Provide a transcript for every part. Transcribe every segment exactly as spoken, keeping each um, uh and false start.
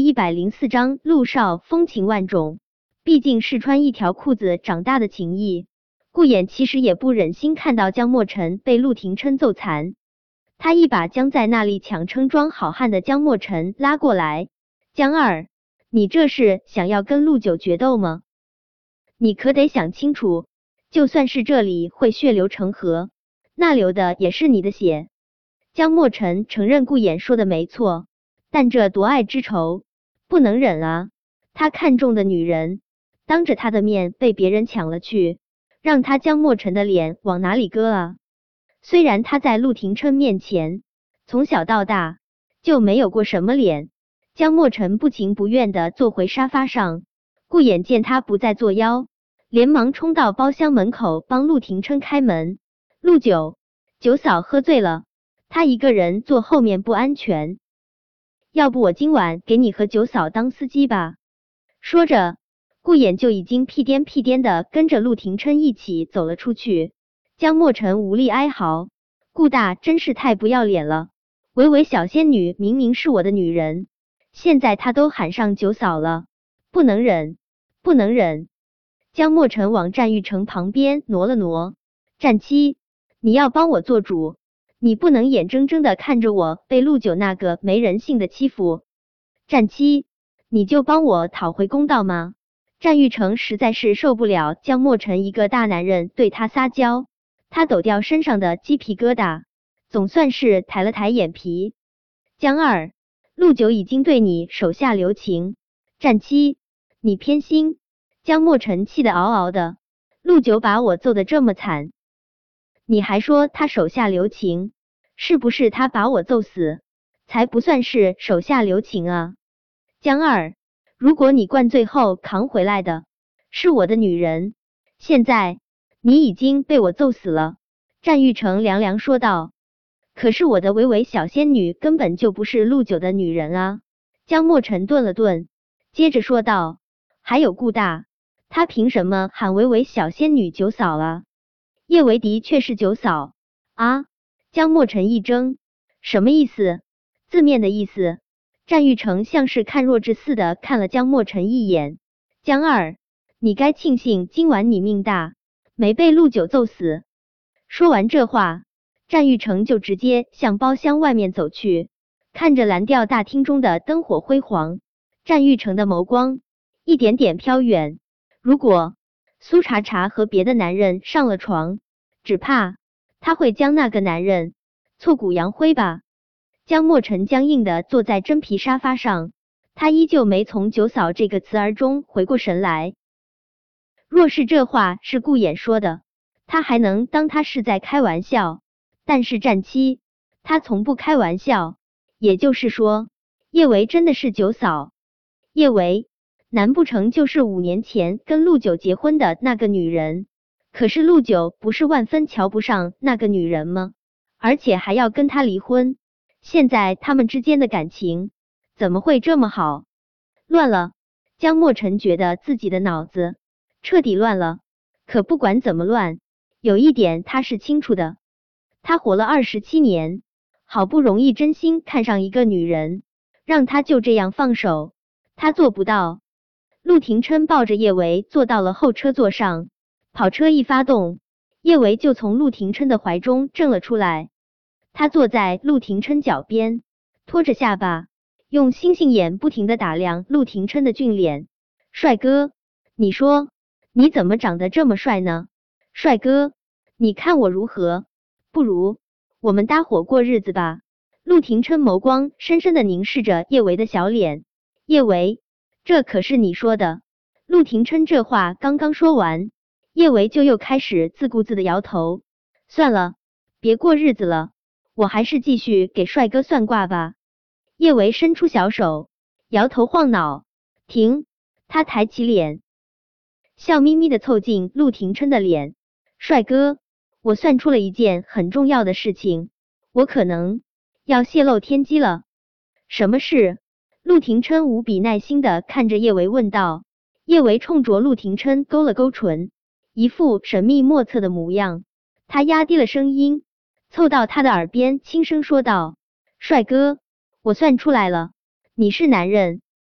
一百零四章陆少风情万种，毕竟是穿一条裤子长大的情谊。顾衍其实也不忍心看到江墨尘被陆廷琛揍残，他一把将在那里强撑装好汉的江墨尘拉过来。江二，你这是想要跟陆九决斗吗？你可得想清楚，就算是这里会血流成河，那流的也是你的血。江墨尘承认顾衍说的没错，但这夺爱之仇不能忍啊！他看中的女人，当着他的面被别人抢了去，让他江墨尘的脸往哪里搁啊？虽然他在陆廷琛面前从小到大就没有过什么脸，江墨尘不情不愿地坐回沙发上。顾衍见他不再作妖，连忙冲到包厢门口帮陆廷琛开门。陆九，九嫂喝醉了，他一个人坐后面不安全，要不我今晚给你和九嫂当司机吧。说着，顾衍就已经屁颠屁颠的跟着陆廷琛一起走了出去。江墨尘无力哀嚎，顾大真是太不要脸了，维维小仙女明明是我的女人，现在他都喊上九嫂了，不能忍，不能忍。江墨尘往战玉成旁边挪了挪，战七，你要帮我做主，你不能眼睁睁的看着我被陆九那个没人性的欺负。战七，你就帮我讨回公道吗？战玉成实在是受不了江墨尘一个大男人对他撒娇，他抖掉身上的鸡皮疙瘩，总算是抬了抬眼皮。江二，陆九已经对你手下留情，战七，你偏心。江墨尘气得嗷嗷的，陆九把我揍得这么惨，你还说他手下留情？是不是他把我揍死才不算是手下留情啊？江二，如果你灌醉后扛回来的是我的女人，现在你已经被我揍死了。战玉成凉凉说道。可是我的维维小仙女根本就不是陆九的女人啊。江墨尘顿了顿，接着说道，还有顾大，他凭什么喊维维小仙女九嫂啊？叶维的确是九嫂啊。江墨尘一怔，什么意思？字面的意思。战玉成像是看弱智似的看了江墨尘一眼。江二，你该庆幸今晚你命大，没被陆九揍死。说完这话，战玉成就直接向包厢外面走去。看着蓝调大厅中的灯火辉煌，战玉成的眸光一点点飘远。如果苏茶茶和别的男人上了床，只怕他会将那个男人挫骨扬灰吧。江墨尘僵硬的坐在真皮沙发上，他依旧没从九嫂这个词儿中回过神来。若是这话是顾衍说的，他还能当他是在开玩笑，但是战七，他从不开玩笑。也就是说，叶维真的是九嫂。叶维，难不成就是五年前跟陆九结婚的那个女人？可是陆九不是万分瞧不上那个女人吗？而且还要跟她离婚。现在他们之间的感情怎么会这么好？乱了！江墨尘觉得自己的脑子彻底乱了。可不管怎么乱，有一点他是清楚的，他活了二十七年，好不容易真心看上一个女人，让他就这样放手，他做不到。陆廷琛抱着叶维坐到了后车座上，跑车一发动，叶维就从陆廷琛的怀中挣了出来。他坐在陆廷琛脚边，托着下巴，用星星眼不停地打量陆廷琛的俊脸。帅哥，你说你怎么长得这么帅呢？帅哥，你看我如何？不如我们搭伙过日子吧。陆廷琛眸光深深地凝视着叶维的小脸。叶维，这可是你说的。陆廷琛这话刚刚说完，叶维就又开始自顾自的摇头。算了，别过日子了，我还是继续给帅哥算卦吧。叶维伸出小手，摇头晃脑。停！他抬起脸，笑眯眯的凑近陆廷琛的脸。帅哥，我算出了一件很重要的事情，我可能要泄露天机了。什么事？陆廷琛无比耐心的看着叶维问道。叶维冲着陆廷琛勾了勾唇，一副神秘莫测的模样。他压低了声音，凑到他的耳边轻声说道：帅哥，我算出来了，你是男人。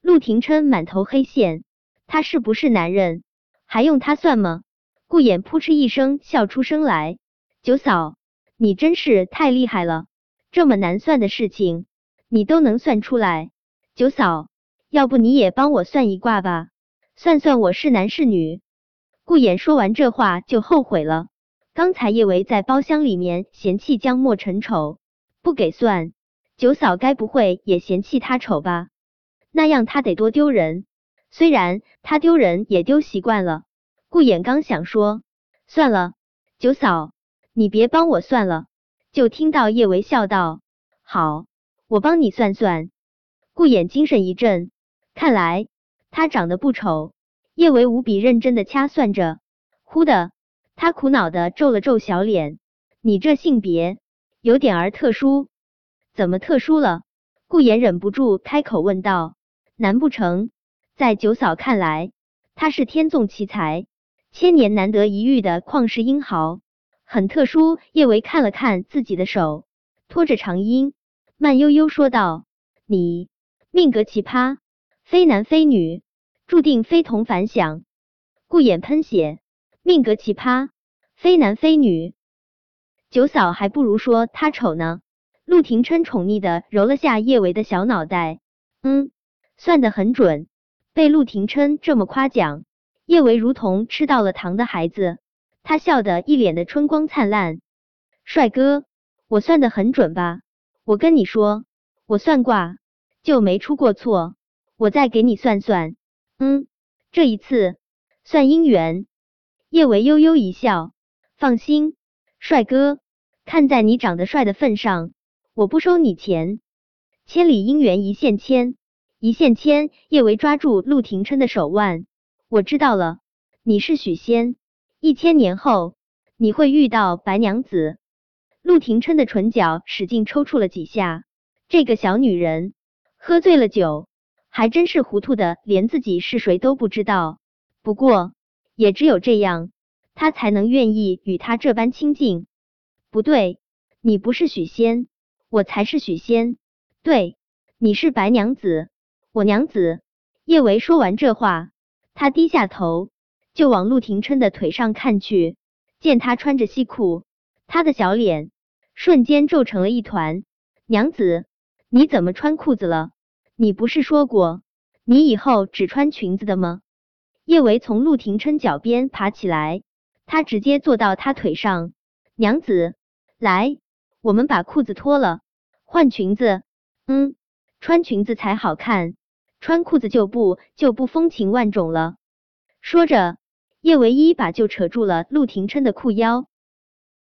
陆廷琛满头黑线，他是不是男人？还用他算吗？顾衍扑哧一声笑出声来，九嫂，你真是太厉害了，这么难算的事情，你都能算出来。九嫂，要不你也帮我算一卦吧，算算我是男是女。顾衍说完这话就后悔了，刚才叶维在包厢里面嫌弃江墨尘丑，不给算，九嫂该不会也嫌弃他丑吧？那样他得多丢人，虽然他丢人也丢习惯了。顾衍刚想说算了，九嫂，你别帮我算了，就听到叶维笑道：“好，我帮你算算。”顾衍精神一振，看来他长得不丑。叶维无比认真的掐算着，忽的，他苦恼的皱了皱小脸：“你这性别有点儿特殊。”“怎么特殊了？”顾衍忍不住开口问道。“难不成在九嫂看来，他是天纵奇才？”千年难得一遇的旷世英豪，很特殊。叶维看了看自己的手，拖着长音，慢悠悠说道：“你命格奇葩，非男非女，注定非同凡响。”顾衍喷血：“命格奇葩，非男非女，九嫂还不如说他丑呢。”陆廷琛宠溺的揉了下叶维的小脑袋，嗯，算得很准。被陆廷琛这么夸奖，叶维如同吃到了糖的孩子，他笑得一脸的春光灿烂。“帅哥，我算得很准吧？我跟你说，我算卦就没出过错。我再给你算算，嗯，这一次算姻缘。”叶维悠悠一笑：“放心，帅哥，看在你长得帅的份上，我不收你钱。千里姻缘一线牵，一线牵。”叶维抓住陆廷琛的手腕：“我知道了，你是许仙，一千年后你会遇到白娘子。”陆廷琛的唇角使劲抽搐了几下，这个小女人喝醉了酒，还真是糊涂的，连自己是谁都不知道。不过也只有这样，他才能愿意与他这般亲近。“不对，你不是许仙，我才是许仙。对，你是白娘子，我娘子。”叶维说完这话，他低下头就往陆廷琛的腿上看去，见他穿着西裤，他的小脸瞬间皱成了一团。“娘子，你怎么穿裤子了？你不是说过你以后只穿裙子的吗？”叶维从陆廷琛脚边爬起来，他直接坐到他腿上。“娘子，来，我们把裤子脱了，换裙子。嗯，穿裙子才好看，穿裤子就不就不风情万种了。”说着，叶维一把就扯住了陆廷琛的裤腰。